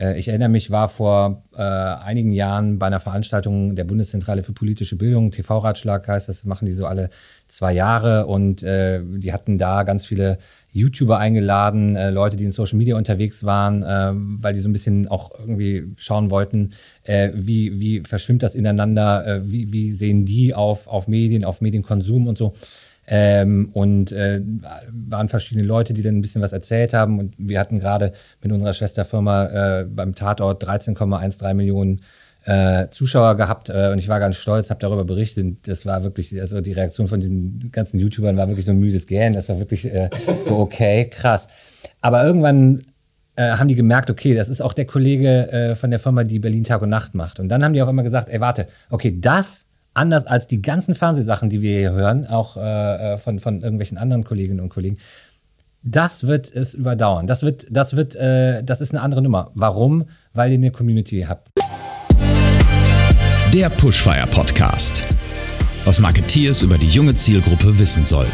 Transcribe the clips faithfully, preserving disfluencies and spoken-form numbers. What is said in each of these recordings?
Äh, ich erinnere mich, war vor äh, einigen Jahren bei einer Veranstaltung der Bundeszentrale für politische Bildung, T V-Ratschlag heißt das, machen die so alle zwei Jahre und äh, die hatten da ganz viele YouTuber eingeladen, äh, Leute, die in Social Media unterwegs waren, äh, weil die so ein bisschen auch irgendwie schauen wollten, äh, wie, wie verschwimmt das ineinander, äh, wie, wie sehen die auf, auf Medien, auf Medienkonsum und so. Ähm, und äh, waren verschiedene Leute, die dann ein bisschen was erzählt haben und wir hatten gerade mit unserer Schwesterfirma äh, beim Tatort dreizehn Komma dreizehn Millionen Äh, Zuschauer gehabt äh, und ich war ganz stolz, habe darüber berichtet und das war wirklich, also die Reaktion von diesen ganzen YouTubern war wirklich so ein müdes Gähnen, das war wirklich äh, so okay, krass. Aber irgendwann äh, haben die gemerkt, okay, das ist auch der Kollege äh, von der Firma, die Berlin Tag und Nacht macht und dann haben die auf einmal gesagt, ey warte, okay, das anders als die ganzen Fernsehsachen, die wir hier hören, auch äh, von, von irgendwelchen anderen Kolleginnen und Kollegen, das wird es überdauern, das wird, das wird, äh, das ist eine andere Nummer. Warum? Weil ihr eine Community habt. Der Pushfire Podcast. Was Marketeers über die junge Zielgruppe wissen sollten.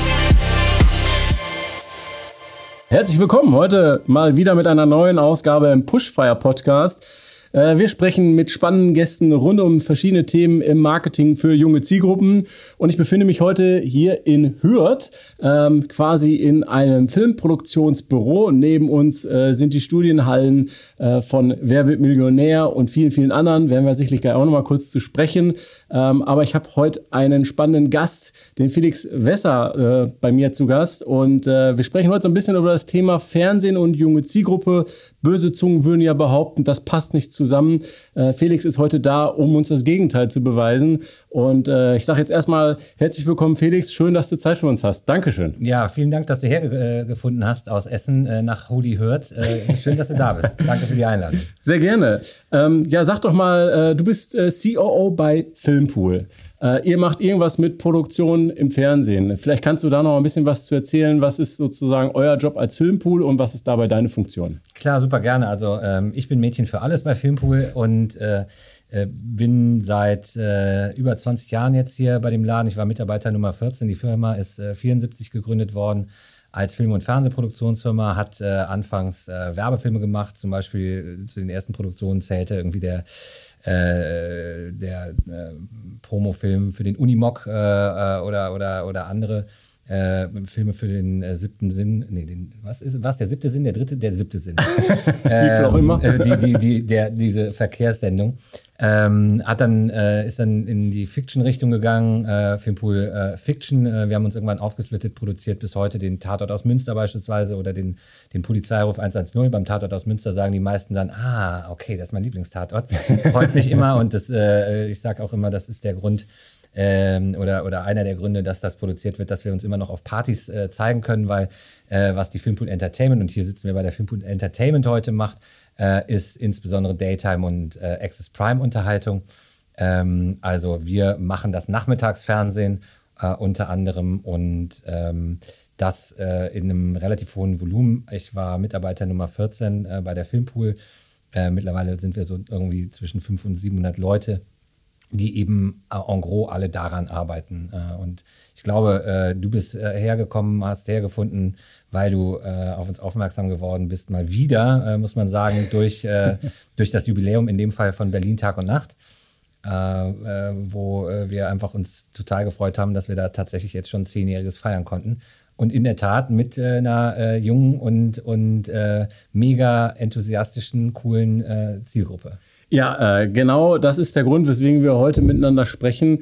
Herzlich willkommen heute mal wieder mit einer neuen Ausgabe im Pushfire Podcast. Wir sprechen mit spannenden Gästen rund um verschiedene Themen im Marketing für junge Zielgruppen. Und ich befinde mich heute hier in Hürth, ähm, quasi in einem Filmproduktionsbüro. Neben uns äh, sind die Studienhallen äh, von Wer wird Millionär und vielen, vielen anderen. Werden wir sicherlich gleich auch noch mal kurz zu sprechen. Ähm, aber ich habe heute einen spannenden Gast, den Felix Wesser, äh, bei mir zu Gast. Und äh, wir sprechen heute so ein bisschen über das Thema Fernsehen und junge Zielgruppe. Böse Zungen würden ja behaupten, das passt nicht zusammen. Äh, Felix ist heute da, um uns das Gegenteil zu beweisen. Und äh, ich sage jetzt erstmal herzlich willkommen, Felix. Schön, dass du Zeit für uns hast. Dankeschön. Ja, vielen Dank, dass du hergefunden äh, hast aus Essen äh, nach Holy Hürth. Äh, schön, dass du da bist. Danke für die Einladung. Sehr gerne. Ähm, ja, sag doch mal, äh, du bist äh, C O O bei Filmpool. Äh, ihr macht irgendwas mit Produktion im Fernsehen. Vielleicht kannst du da noch ein bisschen was zu erzählen. Was ist sozusagen euer Job als Filmpool und was ist dabei deine Funktion? Klar, super gerne. Also ähm, ich bin Mädchen für alles bei Filmpool und äh, äh, bin seit äh, über zwanzig Jahren jetzt hier bei dem Laden. Ich war Mitarbeiter Nummer vierzehn. Die Firma ist äh, vierundsiebzig gegründet worden als Film- und Fernsehproduktionsfirma, hat äh, anfangs äh, Werbefilme gemacht. Zum Beispiel äh, zu den ersten Produktionen zählte irgendwie der Äh, der äh, Promofilm für den Unimog äh, oder, oder, oder andere äh, Filme für den äh, siebten Sinn. Nee, den, was ist was? Der siebte Sinn, der dritte, der siebte Sinn. Wie viel auch immer. Äh, die, die, die, der, diese Verkehrssendung. Ähm, hat dann, äh, ist dann in die Fiction-Richtung gegangen, äh, Filmpool äh, Fiction. Äh, wir haben uns irgendwann aufgesplittet, produziert bis heute den Tatort aus Münster beispielsweise oder den, den Polizeiruf hundertzehn. Beim Tatort aus Münster sagen die meisten dann, ah, okay, das ist mein Lieblingstatort. Freut mich immer und das, äh, ich sage auch immer, das ist der Grund ähm, oder, oder einer der Gründe, dass das produziert wird, dass wir uns immer noch auf Partys äh, zeigen können, weil äh, was die Filmpool Entertainment, und hier sitzen wir bei der Filmpool Entertainment heute, macht, Äh, ist insbesondere Daytime und äh, Access Prime Unterhaltung. Ähm, also wir machen das Nachmittagsfernsehen äh, unter anderem und ähm, das äh, in einem relativ hohen Volumen. Ich war Mitarbeiter Nummer vierzehn äh, bei der Filmpool. Äh, mittlerweile sind wir so irgendwie zwischen fünfhundert und siebenhundert Leute, die eben äh, en gros alle daran arbeiten. Äh, und ich glaube, äh, du bist äh, hergekommen, hast hergefunden, weil du äh, auf uns aufmerksam geworden bist, mal wieder, äh, muss man sagen, durch, äh, durch das Jubiläum, in dem Fall von Berlin Tag und Nacht, äh, äh, wo äh, wir einfach uns total gefreut haben, dass wir da tatsächlich jetzt schon zehnjähriges feiern konnten. Und in der Tat mit äh, einer äh, jungen und, und äh, mega enthusiastischen, coolen äh, Zielgruppe. Ja, äh, genau, das ist der Grund, weswegen wir heute miteinander sprechen.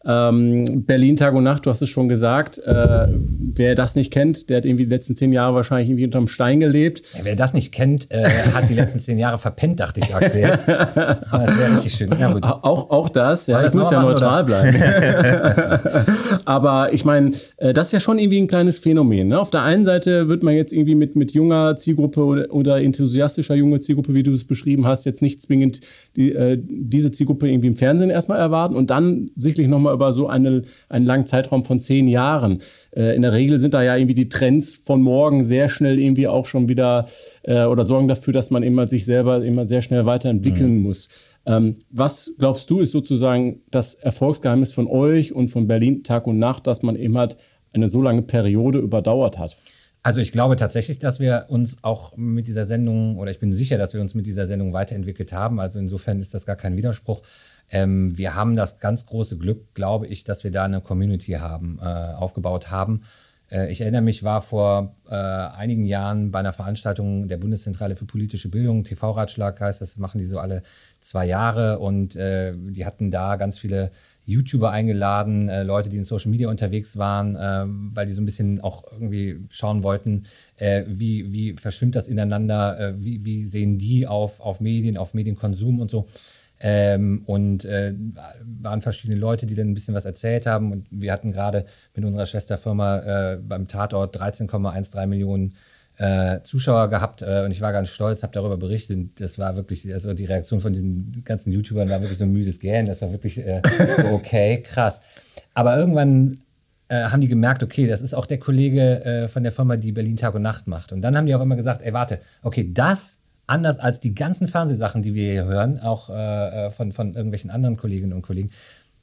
Ähm, Berlin Tag und Nacht, du hast es schon gesagt. Äh, wer das nicht kennt, der hat irgendwie die letzten zehn Jahre wahrscheinlich irgendwie unterm Stein gelebt. Ja, wer das nicht kennt, äh, hat die letzten zehn Jahre verpennt, dachte ich, sagst du jetzt. Aber das wäre richtig schön. Na gut. Auch, auch das, ja, das ich muss ja machen, neutral oder? bleiben. Aber ich meine, äh, das ist ja schon irgendwie ein kleines Phänomen. Ne? Auf der einen Seite wird man jetzt irgendwie mit, mit junger Zielgruppe oder, oder enthusiastischer junger Zielgruppe, wie du es beschrieben hast, jetzt nicht zwingend die, äh, diese Zielgruppe irgendwie im Fernsehen erstmal erwarten und dann sicherlich nochmal über so eine, einen langen Zeitraum von zehn Jahren. Äh, in der Regel sind da ja irgendwie die Trends von morgen sehr schnell irgendwie auch schon wieder äh, oder sorgen dafür, dass man immer sich selber immer sehr schnell weiterentwickeln mhm. muss. Ähm, was glaubst du, ist sozusagen das Erfolgsgeheimnis von euch und von Berlin Tag und Nacht, dass man eben halt eine so lange Periode überdauert hat? Also ich glaube tatsächlich, dass wir uns auch mit dieser Sendung, oder ich bin sicher, dass wir uns mit dieser Sendung weiterentwickelt haben. Also insofern ist das gar kein Widerspruch. Ähm, wir haben das ganz große Glück, glaube ich, dass wir da eine Community haben, äh, aufgebaut haben. Äh, ich erinnere mich, war vor äh, einigen Jahren bei einer Veranstaltung der Bundeszentrale für politische Bildung, T V-Ratschlag heißt das, machen die so alle zwei Jahre und äh, die hatten da ganz viele YouTuber eingeladen, äh, Leute, die in Social Media unterwegs waren, äh, weil die so ein bisschen auch irgendwie schauen wollten, äh, wie, wie verschwimmt das ineinander, äh, wie, wie sehen die auf, auf Medien, auf Medienkonsum und so. Ähm, und äh, waren verschiedene Leute, die dann ein bisschen was erzählt haben. Und wir hatten gerade mit unserer Schwesterfirma äh, beim Tatort dreizehn Komma dreizehn Millionen Äh, Zuschauer gehabt äh, und ich war ganz stolz, habe darüber berichtet und das war wirklich, also die Reaktion von diesen ganzen YouTubern war wirklich so ein müdes Gähnen, das war wirklich äh, so okay, krass. Aber irgendwann äh, haben die gemerkt, okay, das ist auch der Kollege äh, von der Firma, die Berlin Tag und Nacht macht. Und dann haben die auf einmal gesagt, ey, warte, okay, das, anders als die ganzen Fernsehsachen, die wir hier hören, auch äh, von, von irgendwelchen anderen Kolleginnen und Kollegen,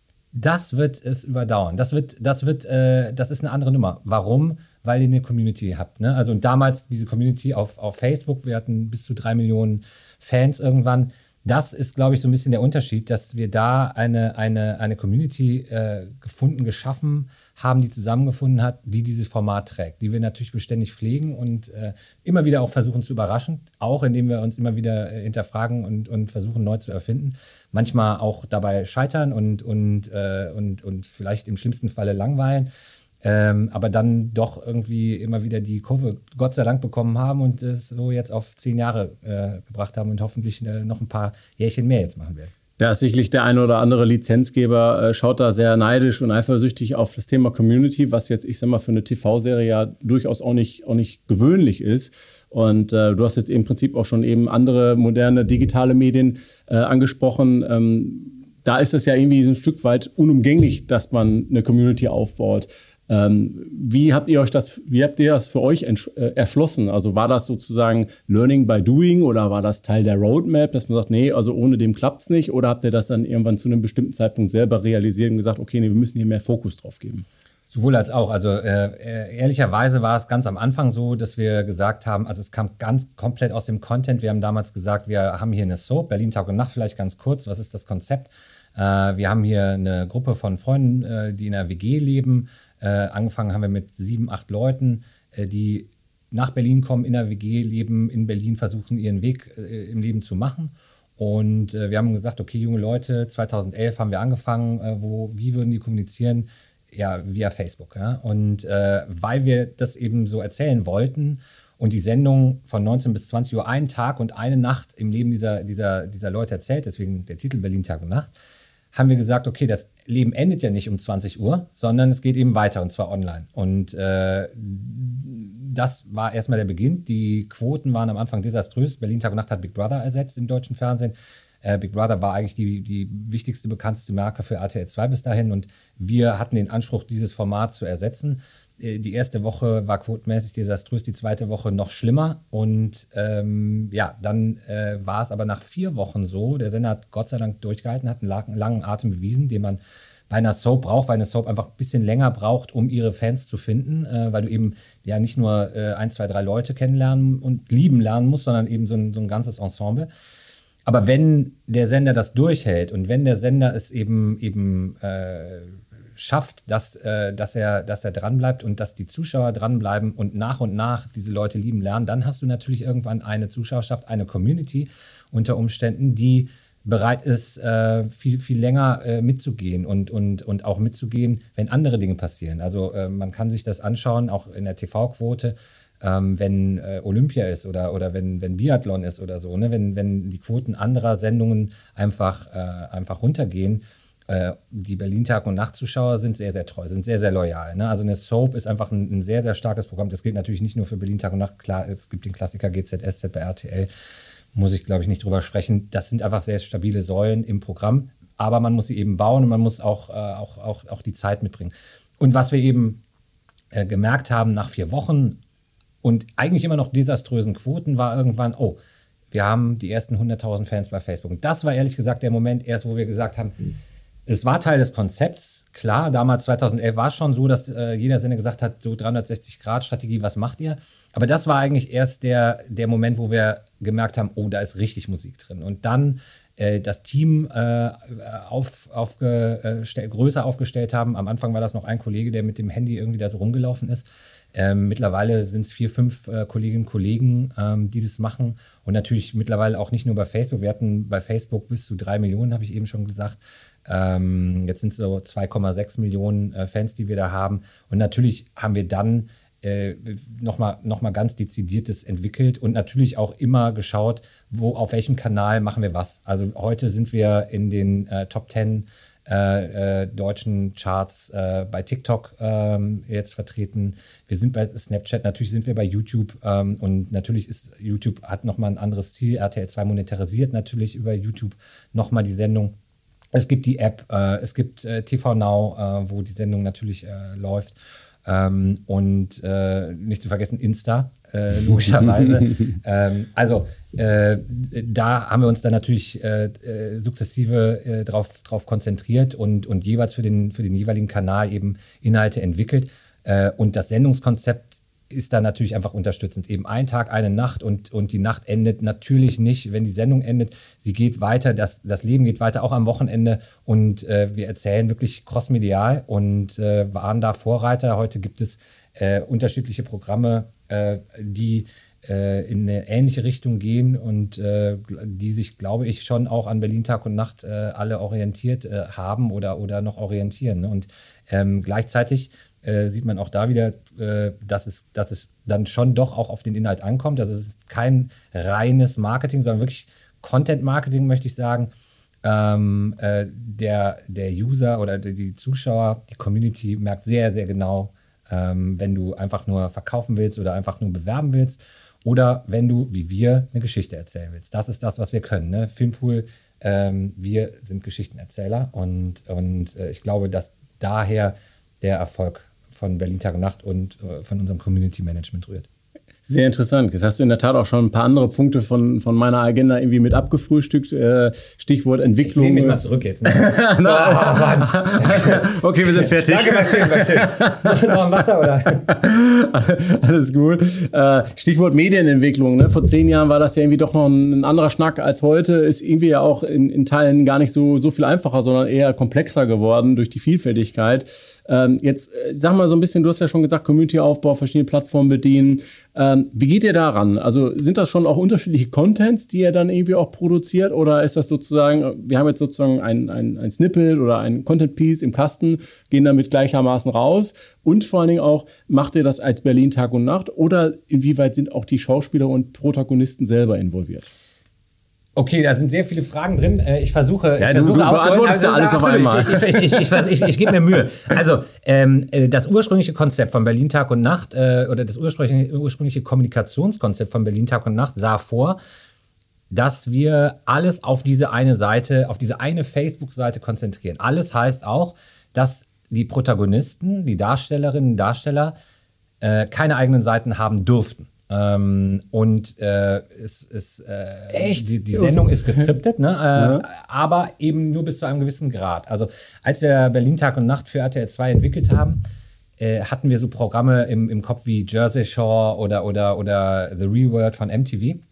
das wird es überdauern. Das wird, das wird, äh, das ist eine andere Nummer. Warum? Weil ihr eine Community habt. Ne? Also und damals diese Community auf, auf Facebook, wir hatten bis zu drei Millionen Fans irgendwann. Das ist, glaube ich, so ein bisschen der Unterschied, dass wir da eine, eine, eine Community äh, gefunden, geschaffen haben, die zusammengefunden hat, die dieses Format trägt, die wir natürlich beständig pflegen und äh, immer wieder auch versuchen zu überraschen, auch indem wir uns immer wieder äh, hinterfragen und, und versuchen neu zu erfinden. Manchmal auch dabei scheitern und, und, äh, und, und vielleicht im schlimmsten Falle langweilen. Ähm, aber dann doch irgendwie immer wieder die Kurve Gott sei Dank bekommen haben und es so jetzt auf zehn Jahre äh, gebracht haben und hoffentlich äh, noch ein paar Jährchen mehr jetzt machen werden. Da ist sicherlich der eine oder andere Lizenzgeber, äh, schaut da sehr neidisch und eifersüchtig auf das Thema Community, was jetzt, ich sag mal, für eine T V-Serie ja durchaus auch nicht, auch nicht gewöhnlich ist. Und äh, du hast jetzt im Prinzip auch schon eben andere moderne digitale Medien äh, angesprochen. Ähm, da ist es ja irgendwie so ein Stück weit unumgänglich, dass man eine Community aufbaut. Ähm, wie habt ihr euch das, wie habt ihr das für euch entsch- äh, erschlossen? Also war das sozusagen Learning by Doing oder war das Teil der Roadmap, dass man sagt, nee, also ohne dem klappt's nicht? Oder habt ihr das dann irgendwann zu einem bestimmten Zeitpunkt selber realisiert und gesagt, okay, nee, wir müssen hier mehr Fokus drauf geben? Sowohl als auch. Also äh, ehrlicherweise war es ganz am Anfang so, dass wir gesagt haben, also es kam ganz komplett aus dem Content. Wir haben damals gesagt, wir haben hier eine Soap, Berlin Tag und Nacht, vielleicht ganz kurz, was ist das Konzept? Äh, wir haben hier eine Gruppe von Freunden, äh, die in einer W G leben. Äh, angefangen haben wir mit sieben, acht Leuten, äh, die nach Berlin kommen, in einer W G leben, in Berlin versuchen, ihren Weg äh, im Leben zu machen. Und äh, wir haben gesagt, okay, junge Leute, zweitausendelf haben wir angefangen, äh, wo, wie würden die kommunizieren? Ja, via Facebook. Ja? Und äh, weil wir das eben so erzählen wollten und die Sendung von neunzehn bis zwanzig Uhr einen Tag und eine Nacht im Leben dieser, dieser, dieser Leute erzählt, deswegen der Titel Berlin Tag und Nacht, haben wir gesagt, okay, das Leben endet ja nicht um zwanzig Uhr, sondern es geht eben weiter und zwar online. Und äh, das war erstmal der Beginn. Die Quoten waren am Anfang desaströs. Berlin Tag und Nacht hat Big Brother ersetzt im deutschen Fernsehen. Äh, Big Brother war eigentlich die, die wichtigste, bekannteste Marke für R T L zwei bis dahin und wir hatten den Anspruch, dieses Format zu ersetzen. Die erste Woche war quotenmäßig desaströs, die zweite Woche noch schlimmer. Und ähm, ja, dann äh, war es aber nach vier Wochen so, der Sender hat Gott sei Dank durchgehalten, hat einen langen, langen Atem bewiesen, den man bei einer Soap braucht, weil eine Soap einfach ein bisschen länger braucht, um ihre Fans zu finden, äh, weil du eben ja nicht nur äh, ein, zwei, drei Leute kennenlernen und lieben lernen musst, sondern eben so ein, so ein ganzes Ensemble. Aber wenn der Sender das durchhält und wenn der Sender es eben eben äh, schafft, dass, äh, dass, er, dass er dranbleibt und dass die Zuschauer dranbleiben und nach und nach diese Leute lieben lernen, dann hast du natürlich irgendwann eine Zuschauerschaft, eine Community unter Umständen, die bereit ist, äh, viel, viel länger äh, mitzugehen und, und, und auch mitzugehen, wenn andere Dinge passieren. Also äh, man kann sich das anschauen, auch in der T V-Quote, ähm, wenn äh, Olympia ist oder, oder wenn, wenn Biathlon ist oder so, ne? wenn, wenn die Quoten anderer Sendungen einfach, äh, einfach runtergehen. Die Berlin Tag- und Nacht-Zuschauer sind sehr, sehr treu, sind sehr, sehr loyal. Ne? Also eine Soap ist einfach ein, ein sehr, sehr starkes Programm. Das gilt natürlich nicht nur für Berlin Tag und Nacht. Klar, es gibt den Klassiker G Z S Z bei R T L. Muss ich, glaube ich, nicht drüber sprechen. Das sind einfach sehr stabile Säulen im Programm. Aber man muss sie eben bauen und man muss auch, äh, auch, auch, auch die Zeit mitbringen. Und was wir eben äh, gemerkt haben nach vier Wochen und eigentlich immer noch desaströsen Quoten war irgendwann, oh, wir haben die ersten hunderttausend Fans bei Facebook. Und das war ehrlich gesagt der Moment erst, wo wir gesagt haben, Es war Teil des Konzepts, klar, damals zweitausendelf war es schon so, dass äh, jeder Sender gesagt hat, so dreihundertsechzig Grad Strategie, was macht ihr? Aber das war eigentlich erst der, der Moment, wo wir gemerkt haben, oh, da ist richtig Musik drin. Und dann äh, das Team äh, auf, aufgestell, größer aufgestellt haben. Am Anfang war das noch ein Kollege, der mit dem Handy irgendwie da so rumgelaufen ist. Ähm, mittlerweile sind es vier, fünf äh, Kolleginnen und Kollegen, ähm, die das machen. Und natürlich mittlerweile auch nicht nur bei Facebook. Wir hatten bei Facebook bis zu drei Millionen, habe ich eben schon gesagt. Ähm, jetzt sind es so zwei Komma sechs Millionen äh, Fans, die wir da haben. Und natürlich haben wir dann äh, nochmal noch mal ganz Dezidiertes entwickelt und natürlich auch immer geschaut, wo, auf welchem Kanal machen wir was. Also heute sind wir in den äh, Top zehn äh, äh, deutschen Charts äh, bei TikTok ähm, jetzt vertreten. Wir sind bei Snapchat, natürlich sind wir bei YouTube ähm, und natürlich ist YouTube, hat nochmal ein anderes Ziel. R T L zwei monetarisiert natürlich über YouTube nochmal die Sendung. Es gibt die App, äh, es gibt äh, T V Now, äh, wo die Sendung natürlich äh, läuft. Ähm, und äh, nicht zu vergessen Insta, äh, logischerweise. ähm, also äh, da haben wir uns dann natürlich äh, äh, sukzessive äh, drauf, drauf konzentriert und, und jeweils für den, für den jeweiligen Kanal eben Inhalte entwickelt. Äh, und das Sendungskonzept ist da natürlich einfach unterstützend. Eben ein Tag, eine Nacht und, und die Nacht endet natürlich nicht, wenn die Sendung endet. Sie geht weiter, das, das Leben geht weiter, auch am Wochenende. Und äh, wir erzählen wirklich crossmedial und äh, waren da Vorreiter. Heute gibt es äh, unterschiedliche Programme, äh, die äh, in eine ähnliche Richtung gehen und äh, die sich, glaube ich, schon auch an Berlin Tag und Nacht äh, alle orientiert äh, haben oder, oder noch orientieren. Ne? Und ähm, gleichzeitig Äh, sieht man auch da wieder, äh, dass, es, dass es dann schon doch auch auf den Inhalt ankommt. Also es ist kein reines Marketing, sondern wirklich Content-Marketing, möchte ich sagen. Ähm, äh, der, der User oder die Zuschauer, die Community merkt sehr, sehr genau, ähm, wenn du einfach nur verkaufen willst oder einfach nur bewerben willst oder wenn du, wie wir, eine Geschichte erzählen willst. Das ist das, was wir können. Ne? Filmpool, ähm, wir sind Geschichtenerzähler und, und äh, ich glaube, dass daher der Erfolg von Berlin Tag und Nacht und äh, von unserem Community Management rührt. Sehr interessant. Jetzt hast du in der Tat auch schon ein paar andere Punkte von, von meiner Agenda irgendwie mit abgefrühstückt. Äh, Stichwort Entwicklung. Ich lehne mich mal zurück jetzt. Ne? So, oh, okay, wir sind fertig. Danke, war schön, war schön. Noch ein Wasser, oder? Alles gut. Äh, Stichwort Medienentwicklung. Ne? Vor zehn Jahren war das ja irgendwie doch noch ein, ein anderer Schnack als heute. Ist irgendwie ja auch in, in Teilen gar nicht so, so viel einfacher, sondern eher komplexer geworden durch die Vielfältigkeit. Ähm, jetzt äh, sag mal so ein bisschen, du hast ja schon gesagt, Community-Aufbau, verschiedene Plattformen bedienen. Ähm, wie geht ihr daran? Also sind das schon auch unterschiedliche Contents, die ihr dann irgendwie auch produziert? Oder ist das sozusagen, wir haben jetzt sozusagen ein, ein, ein Snippet oder ein Content-Piece im Kasten, gehen damit gleichermaßen raus? Und vor allen Dingen auch, macht ihr das als Berlin Tag und Nacht? Oder inwieweit sind auch die Schauspieler und Protagonisten selber involviert? Okay, da sind sehr viele Fragen drin. Ich versuche, ja, ich versuche du, du beantwortest ja alles auf einmal. Ich, ich, ich, ich, ich, ich gebe mir Mühe. Also, ähm, das ursprüngliche Konzept von Berlin Tag und Nacht äh, oder das ursprüngliche, ursprüngliche Kommunikationskonzept von Berlin Tag und Nacht sah vor, dass wir alles auf diese eine Seite, auf diese eine Facebook-Seite konzentrieren. Alles heißt auch, dass die Protagonisten, die Darstellerinnen und Darsteller äh, keine eigenen Seiten haben durften. Ähm, und äh, es, es, äh, Echt? Die, die Sendung ist geskriptet, ne? äh, ja. aber eben nur bis zu einem gewissen Grad. Also als wir Berlin Tag und Nacht für R T L zwei entwickelt haben, äh, hatten wir so Programme im, im Kopf wie Jersey Shore oder, oder, oder The Real World von M T V.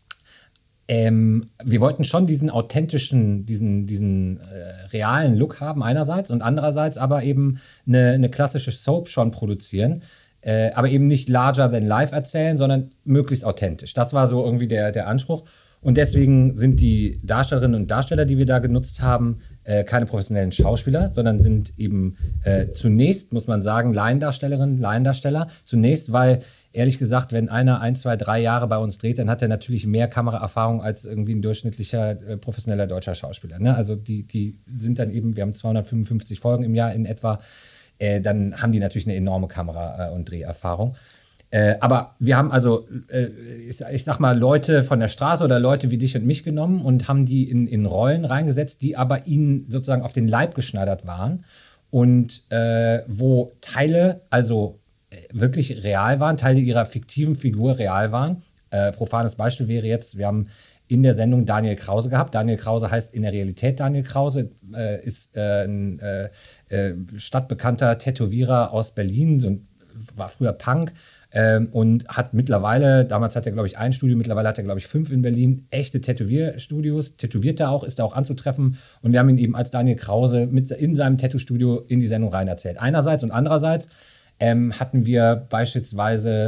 Ähm, wir wollten schon diesen authentischen, diesen, diesen äh, realen Look haben einerseits und andererseits aber eben eine, eine klassische Soap schon produzieren. Äh, aber eben nicht larger than life erzählen, sondern möglichst authentisch. Das war so irgendwie der, der Anspruch. Und deswegen sind die Darstellerinnen und Darsteller, die wir da genutzt haben, äh, keine professionellen Schauspieler, sondern sind eben äh, zunächst, muss man sagen, Laiendarstellerinnen, Laiendarsteller. Zunächst, weil, ehrlich gesagt, wenn einer ein, zwei, drei Jahre bei uns dreht, dann hat er natürlich mehr Kameraerfahrung als irgendwie ein durchschnittlicher äh, professioneller deutscher Schauspieler. Ne? Also die, die sind dann eben, wir haben zweihundertfünfundfünfzig Folgen im Jahr in etwa, Äh, dann haben die natürlich eine enorme Kamera- äh, und Dreherfahrung. Äh, aber wir haben also, äh, ich, ich sag mal, Leute von der Straße oder Leute wie dich und mich genommen und haben die in, in Rollen reingesetzt, die aber ihnen sozusagen auf den Leib geschneidert waren und äh, wo Teile also äh, wirklich real waren, Teile ihrer fiktiven Figur real waren. Äh, profanes Beispiel wäre jetzt, wir haben in der Sendung Daniel Krause gehabt. Daniel Krause heißt in der Realität Daniel Krause, äh, ist äh, ein äh, äh, stadtbekannter Tätowierer aus Berlin, so ein, war früher Punk ähm, und hat mittlerweile, damals hat er glaube ich ein Studio, mittlerweile hat er glaube ich fünf in Berlin, echte Tätowierstudios, tätowiert er auch, ist da auch anzutreffen und wir haben ihn eben als Daniel Krause mit in seinem Tattoo-Studio in die Sendung rein erzählt. Einerseits und andererseits ähm, hatten wir beispielsweise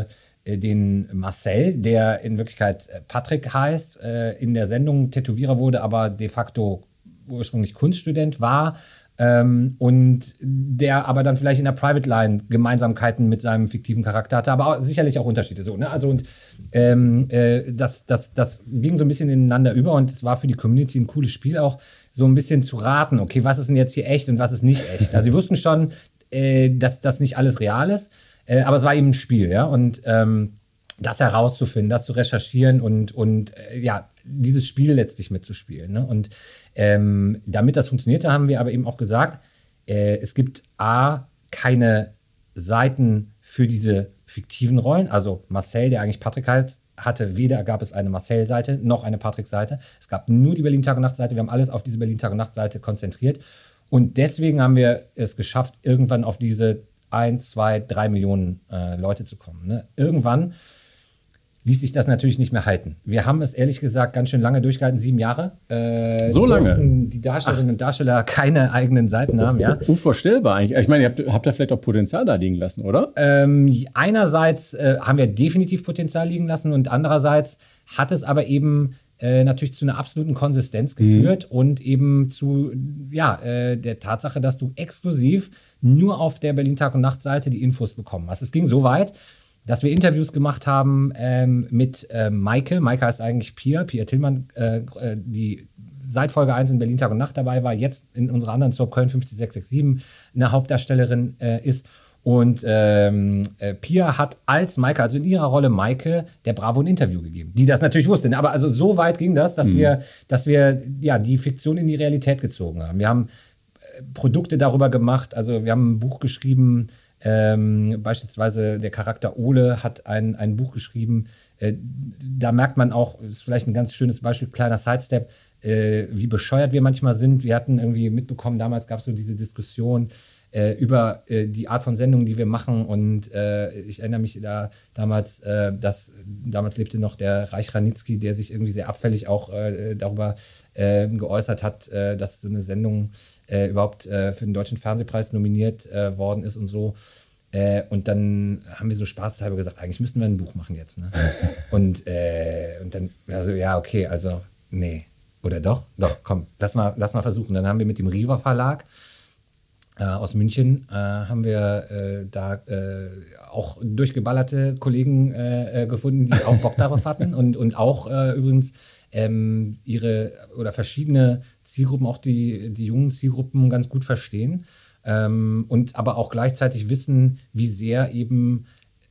den Marcel, der in Wirklichkeit Patrick heißt, äh, in der Sendung Tätowierer wurde, aber de facto ursprünglich Kunststudent war ähm, und der aber dann vielleicht in der Private Line Gemeinsamkeiten mit seinem fiktiven Charakter hatte, aber auch, sicherlich auch Unterschiede. So, ne? Also und ähm, äh, das, das, das ging so ein bisschen ineinander über und es war für die Community ein cooles Spiel auch, so ein bisschen zu raten, okay, was ist denn jetzt hier echt und was ist nicht echt? Also sie wussten schon, äh, dass das nicht alles real ist, Äh, aber es war eben ein Spiel, ja, und ähm, das herauszufinden, das zu recherchieren und, und äh, ja, dieses Spiel letztlich mitzuspielen. Ne? Und ähm, damit das funktionierte, haben wir aber eben auch gesagt, äh, es gibt A, keine Seiten für diese fiktiven Rollen, also Marcel, der eigentlich Patrick heißt, hatte, weder gab es eine Marcel-Seite noch eine Patrick-Seite. Es gab nur die Berlin-Tag- und Nacht-Seite, wir haben alles auf diese Berlin-Tag- und Nacht-Seite konzentriert und deswegen haben wir es geschafft, irgendwann auf diese ein, zwei, drei Millionen äh, Leute zu kommen. Ne? Irgendwann ließ sich das natürlich nicht mehr halten. Wir haben es ehrlich gesagt ganz schön lange durchgehalten, sieben Jahre. Äh, so lange? Die Darstellerinnen Ach. und Darsteller keine eigenen Seiten haben, ja. Unvorstellbar eigentlich. Ich meine, ihr habt, habt da vielleicht auch Potenzial da liegen lassen, oder? Ähm, einerseits äh, haben wir definitiv Potenzial liegen lassen und andererseits hat es aber eben Äh, natürlich zu einer absoluten Konsistenz geführt mhm. und eben zu ja, äh, der Tatsache, dass du exklusiv nur auf der Berlin-Tag- und Nacht-Seite die Infos bekommen hast. Es ging so weit, dass wir Interviews gemacht haben ähm, mit äh, Maike. Maike heißt eigentlich Pia, Pia Tillmann, äh, die seit Folge eins in Berlin-Tag und Nacht dabei war, jetzt in unserer anderen Soap Köln fünf sechs sechs sieben eine Hauptdarstellerin äh, ist. Und ähm, äh, Pia hat als Maike, also in ihrer Rolle Maike, der Bravo ein Interview gegeben, die das natürlich wusste. Aber also so weit ging das, dass mhm. wir, dass wir ja, die Fiktion in die Realität gezogen haben. Wir haben äh, Produkte darüber gemacht, also wir haben ein Buch geschrieben, ähm, beispielsweise der Charakter Ole hat ein, ein Buch geschrieben, äh, da merkt man auch, ist vielleicht ein ganz schönes Beispiel, kleiner Sidestep, äh, wie bescheuert wir manchmal sind. Wir hatten irgendwie mitbekommen, damals gab es so diese Diskussion, über äh, die Art von Sendungen, die wir machen. Und äh, ich erinnere mich da damals, äh, dass damals lebte noch der Reich Ranitzky, der sich irgendwie sehr abfällig auch äh, darüber äh, geäußert hat, äh, dass so eine Sendung äh, überhaupt äh, für den Deutschen Fernsehpreis nominiert äh, worden ist und so. Äh, und dann haben wir so spaßhalber gesagt, eigentlich müssten wir ein Buch machen jetzt. Ne? und, äh, und dann, also ja, okay, also nee. Oder doch? Doch, komm, lass mal, lass mal versuchen. Dann haben wir mit dem Riva Verlag Äh, aus München äh, haben wir äh, da äh, auch durchgeballerte Kollegen äh, äh, gefunden, die auch Bock darauf hatten und, und auch äh, übrigens ähm, ihre oder verschiedene Zielgruppen, auch die, die jungen Zielgruppen ganz gut verstehen ähm, und aber auch gleichzeitig wissen, wie sehr eben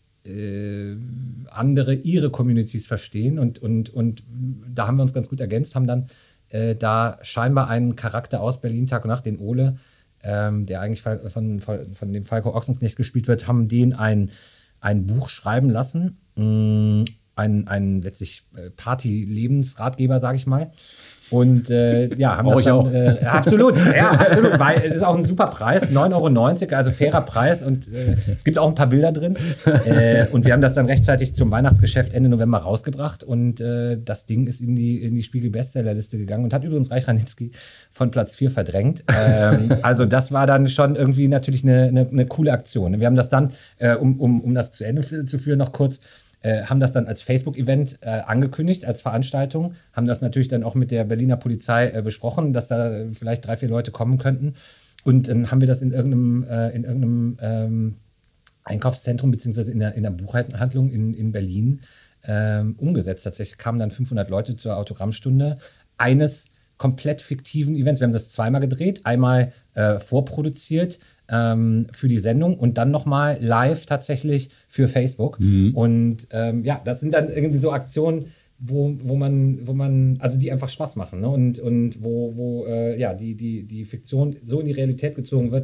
äh, andere ihre Communities verstehen und, und, und da haben wir uns ganz gut ergänzt, haben dann äh, da scheinbar einen Charakter aus Berlin Tag und Nacht, den Ole, Ähm, der eigentlich von, von, von dem Falco Ochsenknecht gespielt wird, haben den ein, ein Buch schreiben lassen. Mm, ein, ein letztlich Party-Lebensratgeber, sage ich mal. Und äh, ja, haben Brauch das dann, ich auch. Äh, absolut, ja, absolut, weil es ist auch ein super Preis, neun Euro neunzig, also fairer Preis und äh, es gibt auch ein paar Bilder drin. Äh, und wir haben das dann rechtzeitig zum Weihnachtsgeschäft Ende November rausgebracht und äh, das Ding ist in die, in die Spiegel-Bestsellerliste gegangen und hat übrigens Reich Ranitzky von Platz vier verdrängt. Ähm, also das war dann schon irgendwie natürlich eine, eine, eine coole Aktion. Wir haben das dann, äh, um, um, um das zu Ende zu führen, noch kurz, Äh, haben das dann als Facebook-Event äh, angekündigt, als Veranstaltung, haben das natürlich dann auch mit der Berliner Polizei äh, besprochen, dass da vielleicht drei, vier Leute kommen könnten. Und dann haben wir das in irgendeinem, äh, in irgendeinem ähm, Einkaufszentrum beziehungsweise in der, in der Buchhandlung in, in Berlin ähm, umgesetzt. Tatsächlich kamen dann fünfhundert Leute zur Autogrammstunde eines komplett fiktiven Events. Wir haben das zweimal gedreht, einmal äh, vorproduziert, Ähm, für die Sendung und dann nochmal live tatsächlich für Facebook. Mhm. Und ähm, ja, das sind dann irgendwie so Aktionen, wo, wo man, wo man, also die einfach Spaß machen, ne? Und, und wo, wo äh, ja, die, die, die Fiktion so in die Realität gezogen wird,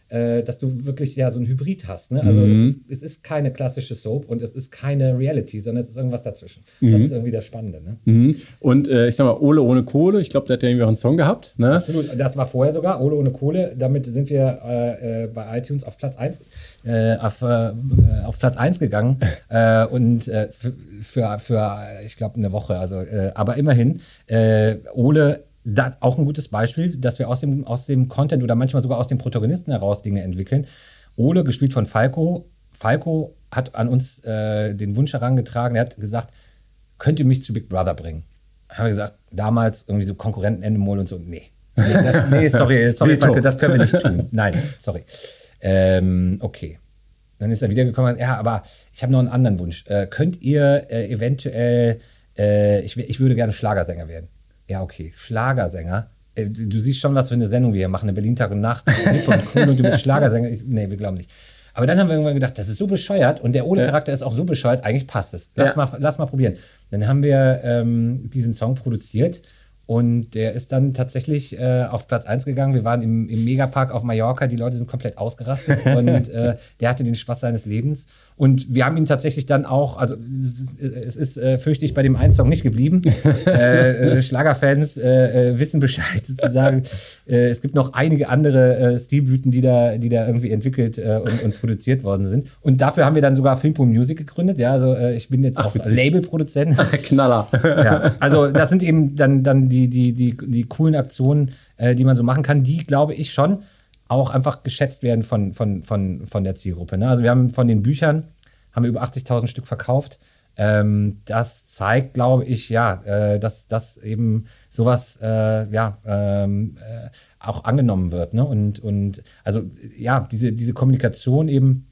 äh, dass du wirklich ja so ein Hybrid hast. Ne? Also Mhm. es, ist, es ist keine klassische Soap und es ist keine Reality, sondern es ist irgendwas dazwischen. Mhm. Das ist irgendwie das Spannende. Ne? Mhm. Und äh, ich sag mal, Ole ohne Kohle, ich glaube, der hat ja irgendwie auch einen Song gehabt. Ne? Absolut, das war vorher sogar, Ole ohne Kohle. Damit sind wir äh, äh, bei iTunes auf Platz eins äh, auf, äh, auf Platz eins gegangen äh, und äh, für, für, für ich glaube, eine Woche. Also, äh, aber immerhin, äh, Ole, das auch ein gutes Beispiel, dass wir aus dem, aus dem Content oder manchmal sogar aus dem Protagonisten heraus Dinge entwickeln. Ole, gespielt von Falco. Falco hat an uns äh, den Wunsch herangetragen, er hat gesagt, könnt ihr mich zu Big Brother bringen? Haben wir gesagt, damals irgendwie so Konkurrenten Endemol und so, nee. Nee, das, nee sorry, sorry Falco, das können wir nicht tun. Nein, sorry. Ähm, okay. Dann ist er wiedergekommen, ja, aber ich habe noch einen anderen Wunsch. Äh, könnt ihr äh, eventuell, äh, ich, ich würde gerne Schlagersänger werden. Ja, okay, Schlagersänger. Äh, du, du siehst schon, was für eine Sendung wir hier machen, eine Berlin Tag und Nacht, hip und cool und du bist Schlagersänger. Ich, nee, wir glauben nicht. Aber dann haben wir irgendwann gedacht, das ist so bescheuert und der Ole-Charakter ist auch so bescheuert, eigentlich passt es. Lass, Ja. mal, lass mal probieren. Dann haben wir ähm, diesen Song produziert und der ist dann tatsächlich äh, auf Platz eins gegangen. Wir waren im, im Megapark auf Mallorca, die Leute sind komplett ausgerastet und äh, der hatte den Spaß seines Lebens. Und wir haben ihn tatsächlich dann auch, also es ist, es ist äh, fürchte ich, bei dem einen Song nicht geblieben. äh, äh, Schlagerfans äh, äh, wissen Bescheid sozusagen. Äh, es gibt noch einige andere äh, Stilblüten, die da, die da irgendwie entwickelt äh, und, und produziert worden sind. Und dafür haben wir dann sogar Filmpool Music gegründet. Ja, also äh, ich bin jetzt Ach, auch witzig. Labelproduzent. Knaller. Ja, also das sind eben dann, dann die, die, die, die coolen Aktionen, äh, die man so machen kann, die, glaube ich, schon auch einfach geschätzt werden von, von, von, von der Zielgruppe. Ne? Also wir haben von den Büchern, haben wir über achtzigtausend Stück verkauft. Ähm, das zeigt, glaube ich, ja, äh, dass, dass eben sowas äh, ja, ähm, äh, auch angenommen wird. Ne? Und, und also ja, diese, diese Kommunikation eben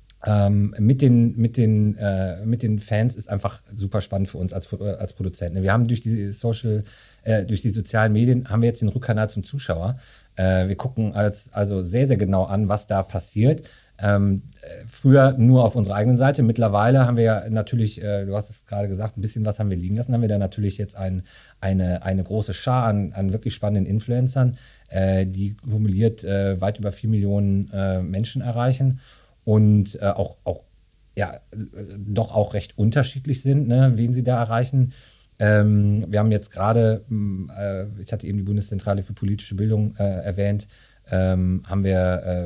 Ähm, mit, den, mit, den, äh, mit den Fans ist einfach super spannend für uns als, als Produzenten. Wir haben durch die Social, äh, durch die sozialen Medien haben wir jetzt den Rückkanal zum Zuschauer. Äh, wir gucken als, also sehr, sehr genau an, was da passiert. Ähm, äh, früher nur auf unserer eigenen Seite. Mittlerweile haben wir ja natürlich, äh, du hast es gerade gesagt, ein bisschen was haben wir liegen lassen. Haben wir da natürlich jetzt ein, eine, eine große Schar an, an wirklich spannenden Influencern, äh, die kumuliert äh, weit über vier Millionen äh, Menschen erreichen. Und äh, auch, auch ja, äh, doch auch recht unterschiedlich sind, ne, wen sie da erreichen. Ähm, wir haben jetzt gerade, äh, ich hatte eben die Bundeszentrale für politische Bildung äh, erwähnt, ähm, haben wir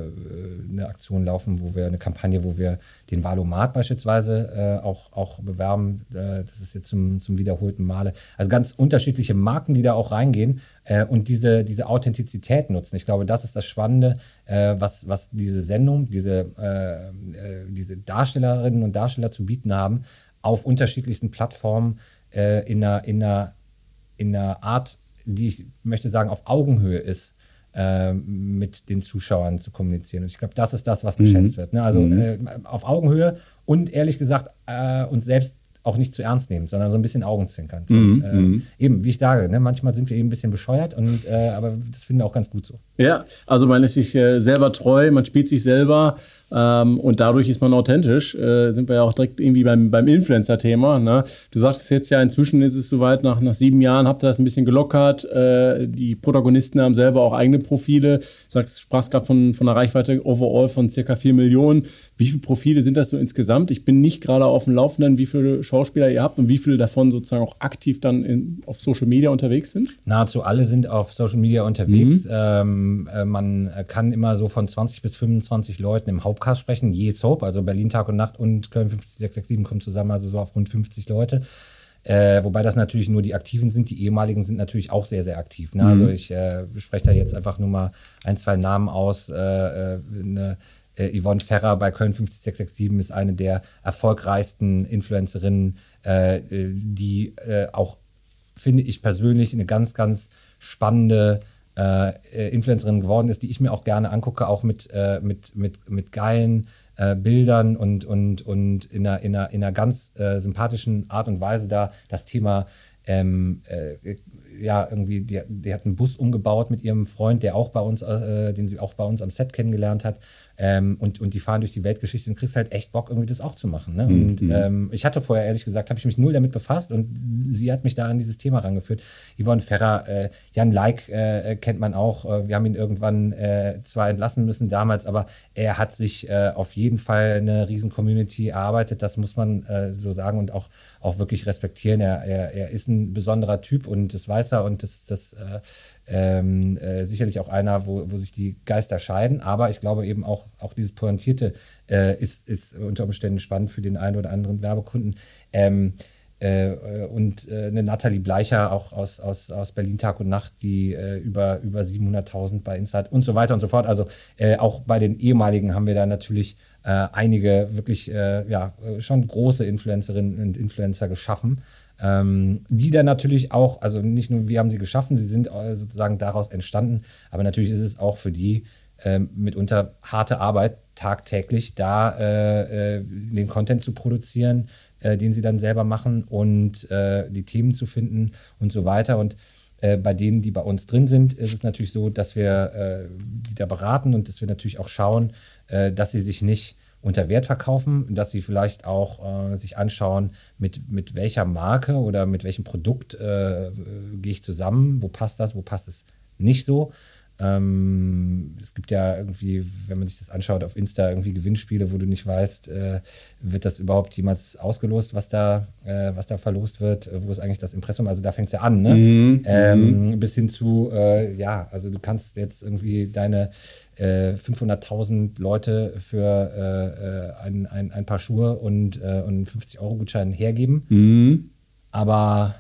äh, eine Aktion laufen, wo wir eine Kampagne, wo wir den Valomat beispielsweise äh, auch, auch bewerben. Äh, das ist jetzt zum, zum wiederholten Male. Also ganz unterschiedliche Marken, die da auch reingehen äh, und diese, diese Authentizität nutzen. Ich glaube, das ist das Spannende, äh, was, was diese Sendung, diese, äh, äh, diese Darstellerinnen und Darsteller zu bieten haben, auf unterschiedlichsten Plattformen äh, in, einer, in, einer, in einer Art, die ich möchte sagen, auf Augenhöhe ist, äh, mit den Zuschauern zu kommunizieren. Und ich glaube, das ist das, was geschätzt mhm. wird. Ne? Also mhm. äh, auf Augenhöhe und ehrlich gesagt äh, uns selbst auch nicht zu ernst nehmen, sondern so ein bisschen augenzwinkernd. Mhm. Und, äh, eben, wie ich sage, ne, manchmal sind wir eben ein bisschen bescheuert, und, äh, aber das finden wir auch ganz gut so. Ja, also man ist sich äh, selber treu, man spielt sich selber ähm, und dadurch ist man authentisch. Äh, sind wir ja auch direkt irgendwie beim, beim Influencer-Thema. Ne? Du sagtest jetzt ja, inzwischen ist es soweit, nach, nach sieben Jahren habt ihr das ein bisschen gelockert. Äh, die Protagonisten haben selber auch eigene Profile. Du sagst, sprachst gerade von, von einer Reichweite overall von circa vier Millionen. Wie viele Profile sind das so insgesamt? Ich bin nicht gerade auf dem Laufenden, wie viele Schauspieler ihr habt und wie viele davon sozusagen auch aktiv dann in, auf Social Media unterwegs sind? Nahezu alle sind auf Social Media unterwegs. Mhm. Ähm, äh, man kann immer so von zwanzig bis fünfundzwanzig Leuten im Hauptcast sprechen, je Soap, also Berlin Tag und Nacht und Köln fünf sechs sechs sieben kommen zusammen, also so auf rund fünfzig Leute. Äh, wobei das natürlich nur die Aktiven sind, die ehemaligen sind natürlich auch sehr, sehr aktiv. Ne? Mhm. Also ich äh, spreche da jetzt einfach nur mal ein, zwei Namen aus. Äh, eine Äh, Yvonne Ferrer bei Köln fünf sechs sechs sieben ist eine der erfolgreichsten Influencerinnen, äh, die äh, auch, finde ich persönlich, eine ganz, ganz spannende äh, Influencerin geworden ist, die ich mir auch gerne angucke, auch mit, äh, mit, mit, mit geilen äh, Bildern und, und, und in, einer, in, einer, in einer ganz äh, sympathischen Art und Weise da das Thema ähm, äh, ja, irgendwie, die, die hat einen Bus umgebaut mit ihrem Freund, der auch bei uns, äh, den sie auch bei uns am Set kennengelernt hat. Ähm, und, und die fahren durch die Weltgeschichte und kriegst halt echt Bock, irgendwie das auch zu machen. Ne? Mhm. Und ähm, ich hatte vorher, ehrlich gesagt, habe ich mich null damit befasst und sie hat mich da an dieses Thema rangeführt. Yvonne Ferrer, äh, Jan Leik äh, kennt man auch. Äh, wir haben ihn irgendwann äh, zwar entlassen müssen damals, aber er hat sich äh, auf jeden Fall eine riesen Community erarbeitet. Das muss man äh, so sagen und auch, auch wirklich respektieren. Er, er, er ist ein besonderer Typ und das weiß er und das, das äh, Ähm, äh, sicherlich auch einer, wo, wo sich die Geister scheiden, aber ich glaube eben auch, auch dieses Pointierte äh, ist, ist unter Umständen spannend für den einen oder anderen Werbekunden. Ähm, äh, und äh, eine Nathalie Bleicher, auch aus, aus, aus Berlin Tag und Nacht, die äh, über, über siebenhunderttausend bei Insight und so weiter und so fort. Also äh, auch bei den ehemaligen haben wir da natürlich äh, einige wirklich äh, ja, schon große Influencerinnen und Influencer geschaffen. Ähm, die dann natürlich auch, also nicht nur wir haben sie geschaffen, sie sind äh, sozusagen daraus entstanden, aber natürlich ist es auch für die äh, mitunter harte Arbeit, tagtäglich da äh, äh, den Content zu produzieren, äh, den sie dann selber machen und äh, die Themen zu finden und so weiter. Und äh, bei denen, die bei uns drin sind, ist es natürlich so, dass wir äh, die da beraten und dass wir natürlich auch schauen, äh, dass sie sich nicht unter Wert verkaufen, dass sie vielleicht auch äh, sich anschauen, mit, mit welcher Marke oder mit welchem Produkt äh, gehe ich zusammen, wo passt das, wo passt es nicht so. Ähm, es gibt ja irgendwie, wenn man sich das anschaut auf Insta, irgendwie Gewinnspiele, wo du nicht weißt, äh, wird das überhaupt jemals ausgelost, was da, äh, was da verlost wird, wo ist eigentlich das Impressum, also da fängt es ja an, ne? Mhm. Ähm, bis hin zu, äh, ja, also du kannst jetzt irgendwie deine äh, fünfhunderttausend Leute für äh, ein, ein, ein paar Schuhe und, äh, und fünfzig-Euro-Gutschein hergeben, Mhm. aber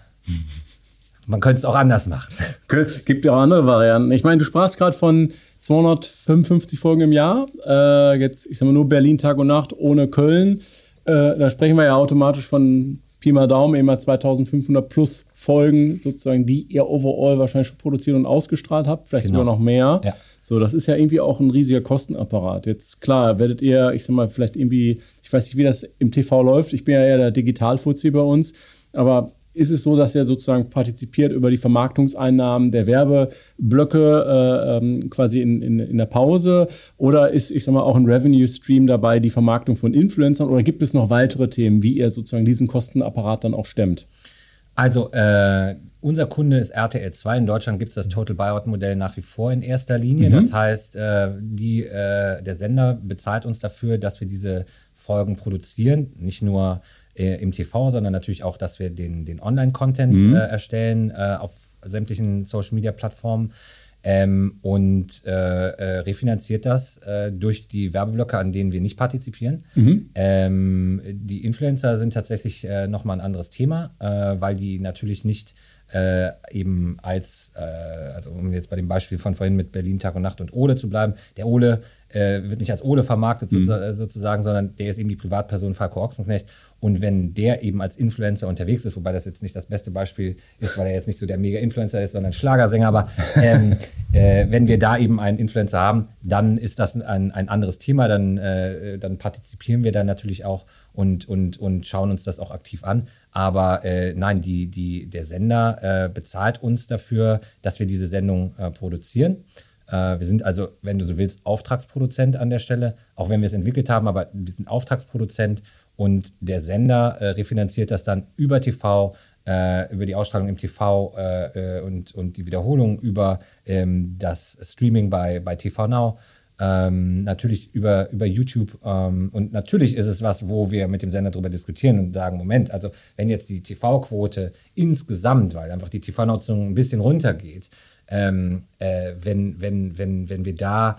man könnte es auch anders machen. Gibt ja auch andere Varianten. Ich meine, du sprachst gerade von zweihundertfünfundfünfzig Folgen im Jahr. Äh, jetzt, ich sag mal, nur Berlin Tag und Nacht ohne Köln. Äh, da sprechen wir ja automatisch von Pi mal Daumen, immer zweitausendfünfhundert plus Folgen, sozusagen, die ihr overall wahrscheinlich schon produziert und ausgestrahlt habt. Vielleicht Genau. sogar noch mehr. Ja. So, das ist ja irgendwie auch ein riesiger Kostenapparat. Jetzt, klar, werdet ihr, ich sag mal, vielleicht irgendwie, ich weiß nicht, wie das im T V läuft. Ich bin ja eher der Digital-Fuzzi bei uns. Aber ist es so, dass ihr sozusagen partizipiert über die Vermarktungseinnahmen der Werbeblöcke äh, ähm, quasi in, in, in der Pause? Oder ist, ich sag mal, auch ein Revenue-Stream dabei, die Vermarktung von Influencern? Oder gibt es noch weitere Themen, wie ihr sozusagen diesen Kostenapparat dann auch stemmt? Also, äh, unser Kunde ist R T L zwei. In Deutschland gibt es das Total Buyout-Modell nach wie vor in erster Linie. Mhm. Das heißt, äh, die, äh, der Sender bezahlt uns dafür, dass wir diese Folgen produzieren. Nicht nur äh, im T V, sondern natürlich auch, dass wir den, den Online-Content mhm. äh, erstellen äh, auf sämtlichen Social-Media-Plattformen. Ähm, und äh, äh, refinanziert das äh, durch die Werbeblöcke, an denen wir nicht partizipieren. Mhm. Ähm, die Influencer sind tatsächlich äh, nochmal ein anderes Thema, äh, weil die natürlich nicht äh, eben als, äh, also um jetzt bei dem Beispiel von vorhin mit Berlin Tag und Nacht und Ole zu bleiben, der Ole äh, wird nicht als Ole vermarktet mhm. so, sozusagen, sondern der ist eben die Privatperson Falco Ochsenknecht. Und wenn der eben als Influencer unterwegs ist, wobei das jetzt nicht das beste Beispiel ist, weil er jetzt nicht so der Mega-Influencer ist, sondern Schlagersänger, aber ähm, äh, wenn wir da eben einen Influencer haben, dann ist das ein, ein anderes Thema, dann, äh, dann partizipieren wir da natürlich auch und, und, und schauen uns das auch aktiv an. Aber äh, nein, die, die, der Sender äh, bezahlt uns dafür, dass wir diese Sendung äh, produzieren. Äh, wir sind also, wenn du so willst, Auftragsproduzent an der Stelle, auch wenn wir es entwickelt haben, aber wir sind Auftragsproduzent. Und der Sender äh, refinanziert das dann über T V, äh, über die Ausstrahlung im T V äh, und, und die Wiederholung über ähm, das Streaming bei, bei T V Now, ähm, natürlich über, über YouTube. Ähm, und natürlich ist es was, wo wir mit dem Sender darüber diskutieren und sagen, Moment, also wenn jetzt die T V-Quote insgesamt, weil einfach die T V-Nutzung ein bisschen runtergeht, ähm, äh, wenn, wenn, wenn, wenn wir da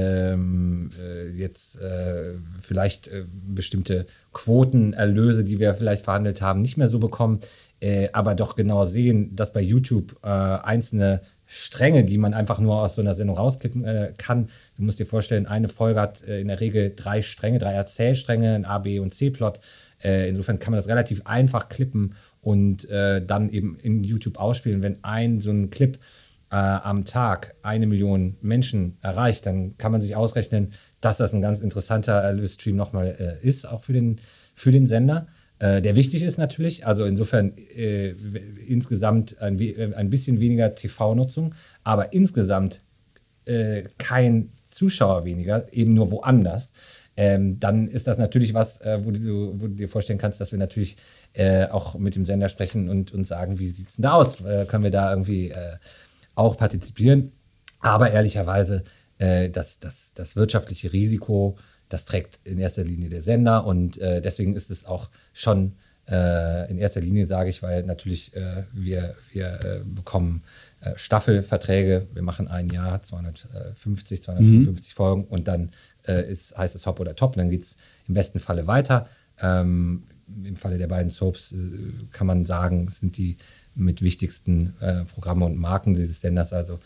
Ähm, äh, jetzt äh, vielleicht äh, bestimmte Quotenerlöse, die wir vielleicht verhandelt haben, nicht mehr so bekommen, äh, aber doch genau sehen, dass bei YouTube äh, einzelne Stränge, die man einfach nur aus so einer Sendung rausklicken äh, kann. Du musst dir vorstellen, eine Folge hat äh, in der Regel drei Stränge, drei Erzählstränge, ein A, B und C-Plot. Äh, insofern kann man das relativ einfach klippen und äh, dann eben in YouTube ausspielen. Wenn ein so ein Clip Äh, am Tag eine Million Menschen erreicht, dann kann man sich ausrechnen, dass das ein ganz interessanter Erlösstream nochmal äh, ist, auch für den, für den Sender. äh, der wichtig ist natürlich. Also insofern äh, insgesamt ein, ein bisschen weniger T V-Nutzung, aber insgesamt äh, kein Zuschauer weniger, eben nur woanders. Ähm, dann ist das natürlich was, äh, wo, du, wo du dir vorstellen kannst, dass wir natürlich äh, auch mit dem Sender sprechen und, und sagen, wie sieht es denn da aus? Äh, können wir da irgendwie äh, auch partizipieren? Aber ehrlicherweise, äh, das, das, das wirtschaftliche Risiko, das trägt in erster Linie der Sender und äh, deswegen ist es auch schon äh, in erster Linie, sage ich, weil natürlich äh, wir, wir äh, bekommen äh, Staffelverträge, wir machen ein Jahr, zweihundertfünfzig, zweihundertfünfundfünfzig mhm. Folgen und dann äh, ist, heißt es Hop oder Top, dann geht es im besten Falle weiter. Ähm, im Falle der beiden Soaps äh, kann man sagen, es sind die mit wichtigsten äh, Programme und Marken dieses Senders, also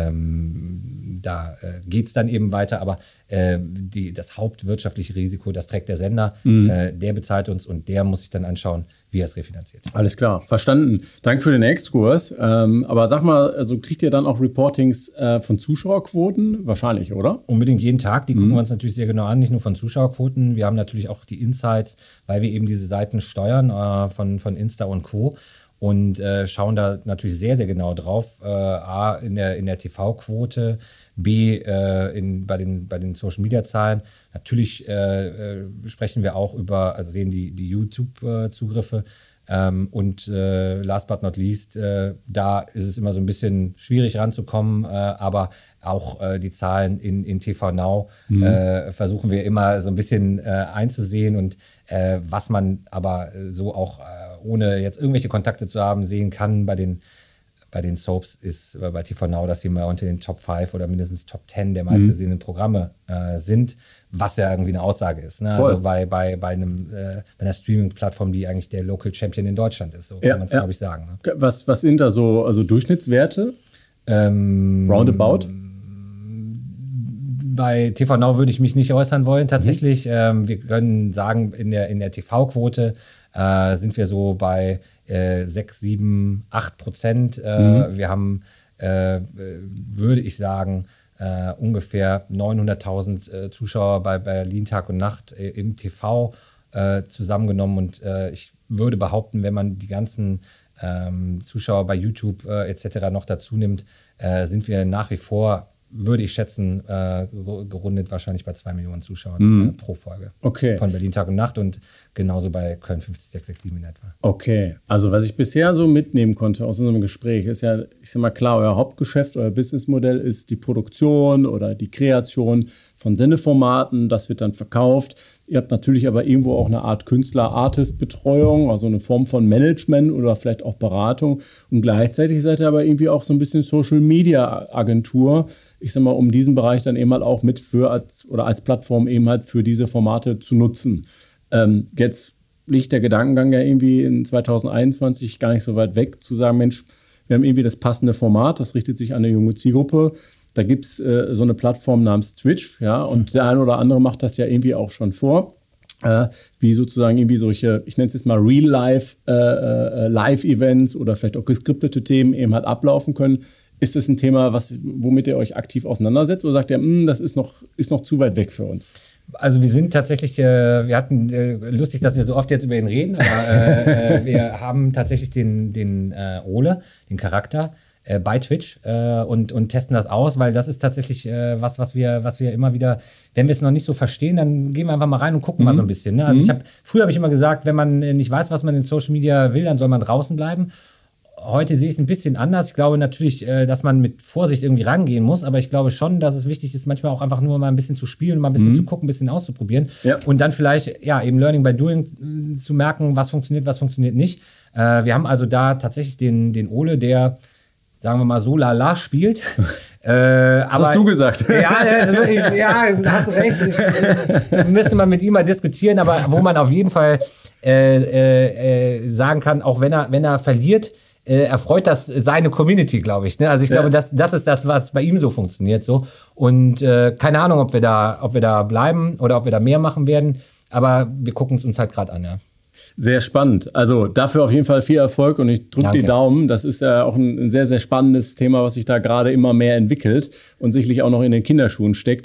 Ähm, da äh, geht es dann eben weiter, aber äh, die, das hauptwirtschaftliche Risiko, das trägt der Sender, mhm. äh, der bezahlt uns und der muss sich dann anschauen, wie er es refinanziert. Alles klar, verstanden. Danke für den Exkurs. Ähm, aber sag mal, also kriegt ihr dann auch Reportings äh, von Zuschauerquoten? Wahrscheinlich, oder? Unbedingt jeden Tag, die mhm. gucken wir uns natürlich sehr genau an, nicht nur von Zuschauerquoten, wir haben natürlich auch die Insights, weil wir eben diese Seiten steuern äh, von, von Insta und Co., und äh, schauen da natürlich sehr, sehr genau drauf. Äh, A, in der, in der T V-Quote, B, äh, in, bei den, bei den Social-Media-Zahlen. Natürlich äh, äh, sprechen wir auch über, also sehen die, die YouTube-Zugriffe. Ähm, und äh, last but not least, äh, da ist es immer so ein bisschen schwierig ranzukommen, äh, aber auch äh, die Zahlen in, in T V Now mhm. äh, versuchen wir immer so ein bisschen äh, einzusehen und äh, was man aber so auch äh, ohne jetzt irgendwelche Kontakte zu haben, sehen kann bei den, bei den Soaps ist äh, bei T V Now, dass sie mal unter den Top fünf oder mindestens Top zehn der meistgesehenen mhm. Programme äh, sind, was ja irgendwie eine Aussage ist. Ne? Also bei, bei, bei, einem, äh, bei einer Streaming-Plattform, die eigentlich der Local Champion in Deutschland ist, so ja, kann man es, ja. glaube ich, sagen. Ne? Was, was sind da so also Durchschnittswerte? Ähm, Roundabout? Bei T V Now würde ich mich nicht äußern wollen, tatsächlich. Mhm. Ähm, wir können sagen, in der, in der T V-Quote äh, sind wir so bei äh, sechs, sieben, acht Prozent. Äh, mhm. Wir haben, äh, würde ich sagen, äh, ungefähr neunhunderttausend äh, Zuschauer bei Berlin Tag und Nacht äh, im T V äh, zusammengenommen. Und äh, ich würde behaupten, wenn man die ganzen ähm, Zuschauer bei YouTube äh, et cetera noch dazu nimmt, äh, sind wir nach wie vor, würde ich schätzen, äh, gerundet wahrscheinlich bei zwei Millionen Zuschauern mm. äh, pro Folge. Okay. Von Berlin Tag und Nacht und genauso bei Köln fünfzig sechs sechs sieben in etwa. Okay, also was ich bisher so mitnehmen konnte aus unserem Gespräch, ist ja, ich sag mal klar, euer Hauptgeschäft, euer Businessmodell ist die Produktion oder die Kreation von Sendeformaten, das wird dann verkauft. Ihr habt natürlich aber irgendwo auch eine Art Künstler-Artist-Betreuung, also eine Form von Management oder vielleicht auch Beratung. Und gleichzeitig seid ihr aber irgendwie auch so ein bisschen Social-Media-Agentur, ich sag mal, um diesen Bereich dann eben halt auch mit für als oder als Plattform eben halt für diese Formate zu nutzen. Ähm, jetzt liegt der Gedankengang ja irgendwie in zwanzig einundzwanzig gar nicht so weit weg, zu sagen, Mensch, wir haben irgendwie das passende Format, das richtet sich an eine junge Zielgruppe. Da gibt es äh, so eine Plattform namens Twitch, ja, und der eine oder andere macht das ja irgendwie auch schon vor, äh, wie sozusagen irgendwie solche, ich nenne es jetzt mal Real-Life äh, äh, Live-Events oder vielleicht auch geskriptete Themen eben halt ablaufen können. Ist das ein Thema, was, womit ihr euch aktiv auseinandersetzt, oder sagt ihr, das ist noch, ist noch zu weit weg für uns? Also wir sind tatsächlich, äh, wir hatten, äh, lustig, dass wir so oft jetzt über ihn reden, aber äh, äh, wir haben tatsächlich den, den äh, Ole, den Charakter, äh, bei Twitch äh, und, und testen das aus, weil das ist tatsächlich äh, was, was wir, was wir immer wieder, wenn wir es noch nicht so verstehen, dann gehen wir einfach mal rein und gucken mhm. mal so ein bisschen. Ne? Also mhm. ich hab, früher habe ich immer gesagt, wenn man nicht weiß, was man in Social Media will, dann soll man draußen bleiben. Heute sehe ich es ein bisschen anders. Ich glaube natürlich, äh, dass man mit Vorsicht irgendwie rangehen muss, aber ich glaube schon, dass es wichtig ist, manchmal auch einfach nur mal ein bisschen zu spielen, mal ein bisschen mhm. zu gucken, ein bisschen auszuprobieren ja. und dann vielleicht, ja, eben Learning by Doing äh, zu merken, was funktioniert, was funktioniert nicht. Äh, wir haben also da tatsächlich den, den Ole, der, sagen wir mal, so lala spielt. äh, das aber, hast du gesagt. Ja, also wirklich, ja, hast du recht. Äh, müsste man mit ihm mal diskutieren, aber wo man auf jeden Fall äh, äh, äh, sagen kann, auch wenn er, wenn er verliert, Äh, erfreut das seine Community, glaube ich. Ne? Also ich ja. glaube, das, das ist das, was bei ihm so funktioniert. So. Und äh, keine Ahnung, ob wir da, ob wir da bleiben oder ob wir da mehr machen werden. Aber wir gucken es uns halt gerade an, ja. Sehr spannend. Also dafür auf jeden Fall viel Erfolg und ich drücke die Daumen. Das ist ja auch ein, ein sehr, sehr spannendes Thema, was sich da gerade immer mehr entwickelt und sicherlich auch noch in den Kinderschuhen steckt.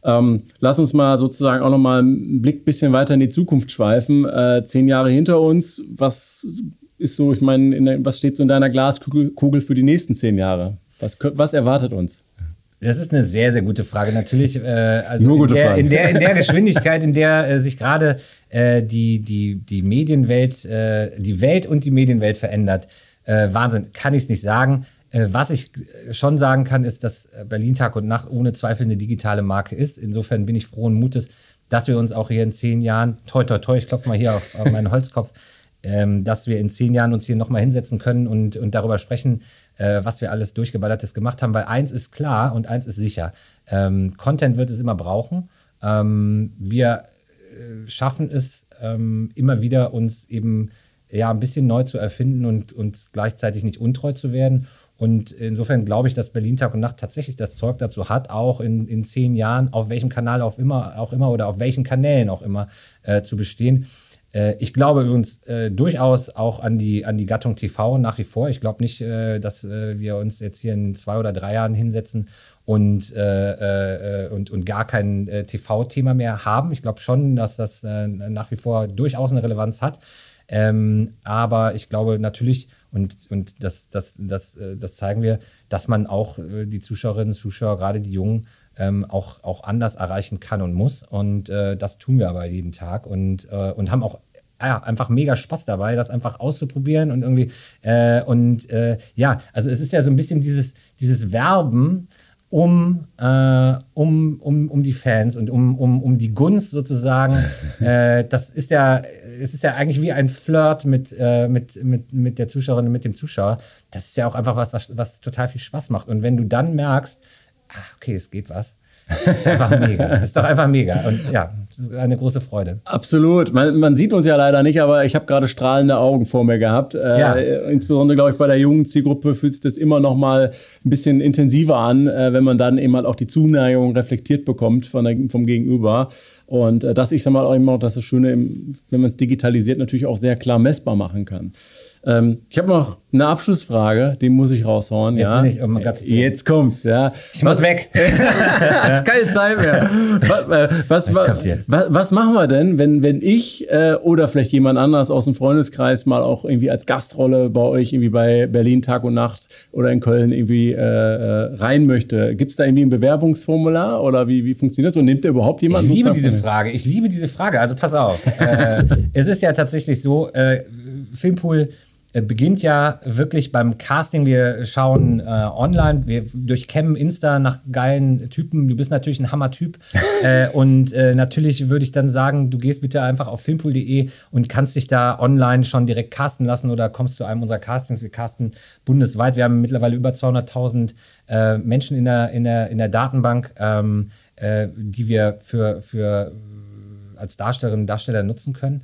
Ähm, lass uns mal sozusagen auch nochmal einen Blick ein bisschen weiter in die Zukunft schweifen. Äh, zehn Jahre hinter uns, was ist so, ich meine, was steht so in deiner Glaskugel für die nächsten zehn Jahre? Was, was erwartet uns? Das ist eine sehr, sehr gute Frage. Natürlich, äh, also Nur in, gute der, Frage. in, der, in der Geschwindigkeit, in der äh, sich gerade äh, die, die, die Medienwelt, äh, die Welt und die Medienwelt verändert, äh, Wahnsinn, kann ich es nicht sagen. Äh, was ich schon sagen kann, ist, dass Berlin Tag und Nacht ohne Zweifel eine digitale Marke ist. Insofern bin ich frohen Mutes, dass wir uns auch hier in zehn Jahren, toi, toi, toi, ich klopfe mal hier auf, auf meinen Holzkopf, ähm, dass wir in zehn Jahren uns hier nochmal hinsetzen können und, und darüber sprechen, äh, was wir alles Durchgeballertes gemacht haben, weil eins ist klar und eins ist sicher. Ähm, Content wird es immer brauchen. Ähm, wir äh, schaffen es ähm, immer wieder, uns eben ja, ein bisschen neu zu erfinden und uns gleichzeitig nicht untreu zu werden. Und insofern glaube ich, dass Berlin Tag und Nacht tatsächlich das Zeug dazu hat, auch in, in zehn Jahren, auf welchem Kanal auch immer, auch immer oder auf welchen Kanälen auch immer äh, zu bestehen. Äh, ich glaube übrigens äh, durchaus auch an die, an die Gattung T V nach wie vor. Ich glaube nicht, äh, dass äh, wir uns jetzt hier in zwei oder drei Jahren hinsetzen und, äh, äh, und, und gar kein äh, T V-Thema mehr haben. Ich glaube schon, dass das äh, nach wie vor durchaus eine Relevanz hat. Ähm, aber ich glaube natürlich, und, und das, das, das, das zeigen wir, dass man auch äh, die Zuschauerinnen und Zuschauer, gerade die Jungen, ähm, auch, auch anders erreichen kann und muss. Und äh, das tun wir aber jeden Tag und, äh, und haben auch ja, einfach mega Spaß dabei, das einfach auszuprobieren und irgendwie äh, und äh, ja, also es ist ja so ein bisschen dieses, dieses Werben um, äh, um, um, um die Fans und um, um, um die Gunst sozusagen. äh, das ist ja, es ist ja eigentlich wie ein Flirt mit, äh, mit, mit, mit der Zuschauerin und mit dem Zuschauer. Das ist ja auch einfach was, was, was total viel Spaß macht. Und wenn du dann merkst, ach, okay, es geht was, das ist einfach mega. Das ist doch einfach mega. Und ja, das ist eine große Freude. Absolut. Man, man sieht uns ja leider nicht, aber ich habe gerade strahlende Augen vor mir gehabt. Äh, Ja. Insbesondere, glaube ich, bei der jungen Zielgruppe fühlt sich das immer noch mal ein bisschen intensiver an, äh, wenn man dann eben halt auch die Zuneigung reflektiert bekommt von der, vom Gegenüber. Und äh, das, ich sage mal auch immer, das ist das Schöne, im, wenn man es digitalisiert, natürlich auch sehr klar messbar machen kann. Ähm, ich habe noch eine Abschlussfrage, die muss ich raushauen. Jetzt ja. bin ich, oh mein Gott. Jetzt kommt's, ja. Ich muss weg. Es ist keine Zeit mehr. Was, äh, was, Was kommt jetzt? was, was machen wir denn, wenn, wenn ich äh, oder vielleicht jemand anders aus dem Freundeskreis mal auch irgendwie als Gastrolle bei euch irgendwie bei Berlin Tag und Nacht oder in Köln irgendwie äh, rein möchte? Gibt es da irgendwie ein Bewerbungsformular oder wie, wie funktioniert das? Und nimmt ihr überhaupt jemanden? Ich liebe sozusagen diese von- Frage. Ich liebe diese Frage. Also pass auf. äh, es ist ja tatsächlich so, äh, Filmpool äh, beginnt ja wirklich beim Casting. Wir schauen äh, online, wir durchkämmen Insta nach geilen Typen. Du bist natürlich ein Hammer-Typ. äh, und äh, natürlich würde ich dann sagen, du gehst bitte einfach auf filmpool punkt de und kannst dich da online schon direkt casten lassen oder kommst zu einem unserer Castings. Wir casten bundesweit. Wir haben mittlerweile über zweihunderttausend äh, Menschen in der, in der, in der Datenbank, ähm, äh, die wir für, für als Darstellerinnen und Darsteller nutzen können.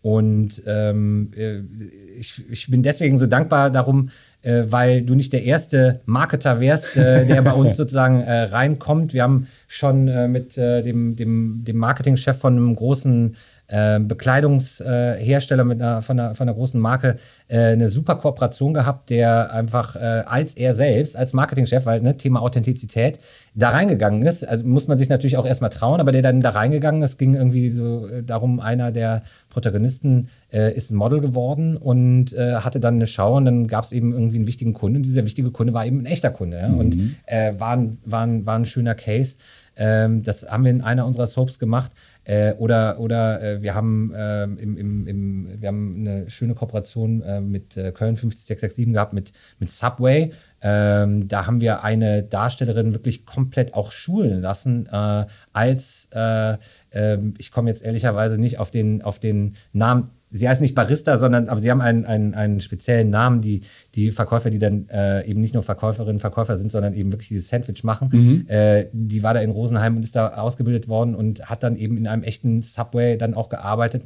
Und ähm, ich, ich bin deswegen so dankbar darum, äh, weil du nicht der erste Marketer wärst, äh, der bei uns sozusagen äh, reinkommt. Wir haben schon äh, mit äh, dem, dem, dem Marketingchef von einem großen äh, Bekleidungshersteller mit einer, von, einer, von einer großen Marke äh, eine super Kooperation gehabt, der einfach äh, als er selbst, als Marketingchef, weil ne, Thema Authentizität, da reingegangen ist. Also muss man sich natürlich auch erstmal trauen, aber der dann da reingegangen ist, ging irgendwie so äh, darum, einer der Protagonisten äh, ist ein Model geworden und äh, hatte dann eine Show und dann gab es eben irgendwie einen wichtigen Kunden und dieser wichtige Kunde war eben ein echter Kunde ja? Mhm. und äh, war, ein, war, ein, war ein schöner Case. Ähm, das haben wir in einer unserer Soaps gemacht. Äh, oder oder äh, wir, haben, äh, im, im, im, wir haben eine schöne Kooperation äh, mit äh, Köln fünf sechs sechs sieben gehabt, mit, mit Subway. Ähm, da haben wir eine Darstellerin wirklich komplett auch schulen lassen, äh, als, äh, äh, ich komme jetzt ehrlicherweise nicht auf den, auf den Namen, sie heißt nicht Barista, sondern aber sie haben einen, einen, einen speziellen Namen, die, die Verkäufer, die dann äh, eben nicht nur Verkäuferinnen, Verkäufer sind, sondern eben wirklich dieses Sandwich machen. Mhm. Äh, die war da in Rosenheim und ist da ausgebildet worden und hat dann eben in einem echten Subway dann auch gearbeitet.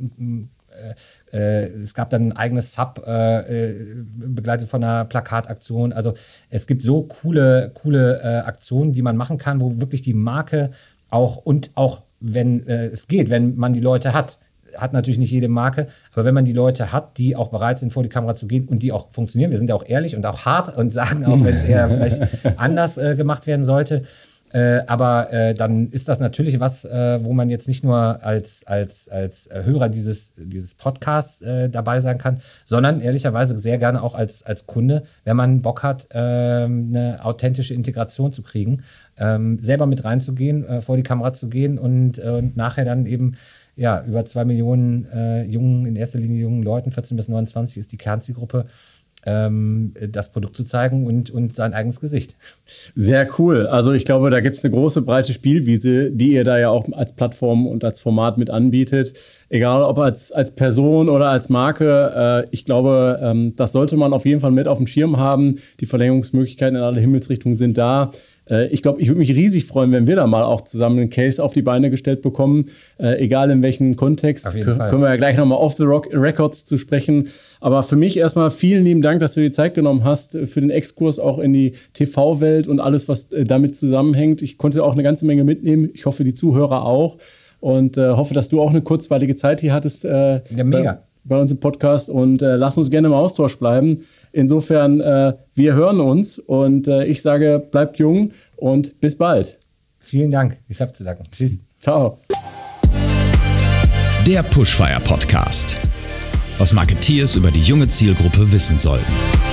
Äh, äh, es gab dann ein eigenes Sub, äh, begleitet von einer Plakataktion. Also es gibt so coole, coole äh, Aktionen, die man machen kann, wo wirklich die Marke auch und auch, wenn äh, es geht, wenn man die Leute hat, hat natürlich nicht jede Marke, aber wenn man die Leute hat, die auch bereit sind, vor die Kamera zu gehen und die auch funktionieren, wir sind ja auch ehrlich und auch hart und sagen auch, wenn es eher vielleicht anders äh, gemacht werden sollte, Äh, aber äh, dann ist das natürlich was, äh, wo man jetzt nicht nur als, als, als Hörer dieses, dieses Podcasts äh, dabei sein kann, sondern ehrlicherweise sehr gerne auch als, als Kunde, wenn man Bock hat, äh, eine authentische Integration zu kriegen, ähm, selber mit reinzugehen, äh, vor die Kamera zu gehen und, äh, und nachher dann eben ja, über zwei Millionen äh, jungen, in erster Linie jungen Leuten, vierzehn bis neunundzwanzig ist die Kernzielgruppe, ähm, das Produkt zu zeigen und, und sein eigenes Gesicht. Sehr cool. Also ich glaube, da gibt es eine große, breite Spielwiese, die ihr da ja auch als Plattform und als Format mit anbietet. Egal ob als, als Person oder als Marke. Äh, ich glaube, ähm, das sollte man auf jeden Fall mit auf dem Schirm haben. Die Verlängerungsmöglichkeiten in alle Himmelsrichtungen sind da. Ich glaube, ich würde mich riesig freuen, wenn wir da mal auch zusammen einen Case auf die Beine gestellt bekommen, äh, egal in welchem Kontext. Auf jeden K- Fall. Können wir ja gleich nochmal off the rock records zu sprechen. Aber für mich erstmal vielen lieben Dank, dass du die Zeit genommen hast für den Exkurs auch in die T V-Welt und alles, was äh, damit zusammenhängt. Ich konnte auch eine ganze Menge mitnehmen. Ich hoffe, die Zuhörer auch. Und äh, hoffe, dass du auch eine kurzweilige Zeit hier hattest äh, ja, mega. Bei, bei uns im Podcast. Und äh, lass uns gerne im Austausch bleiben. Insofern, äh, wir hören uns und äh, ich sage, bleibt jung und bis bald. Vielen Dank. Ich habe zu danken. Tschüss. Ciao. Der Pushfire Podcast. Was Marketeers über die junge Zielgruppe wissen sollten.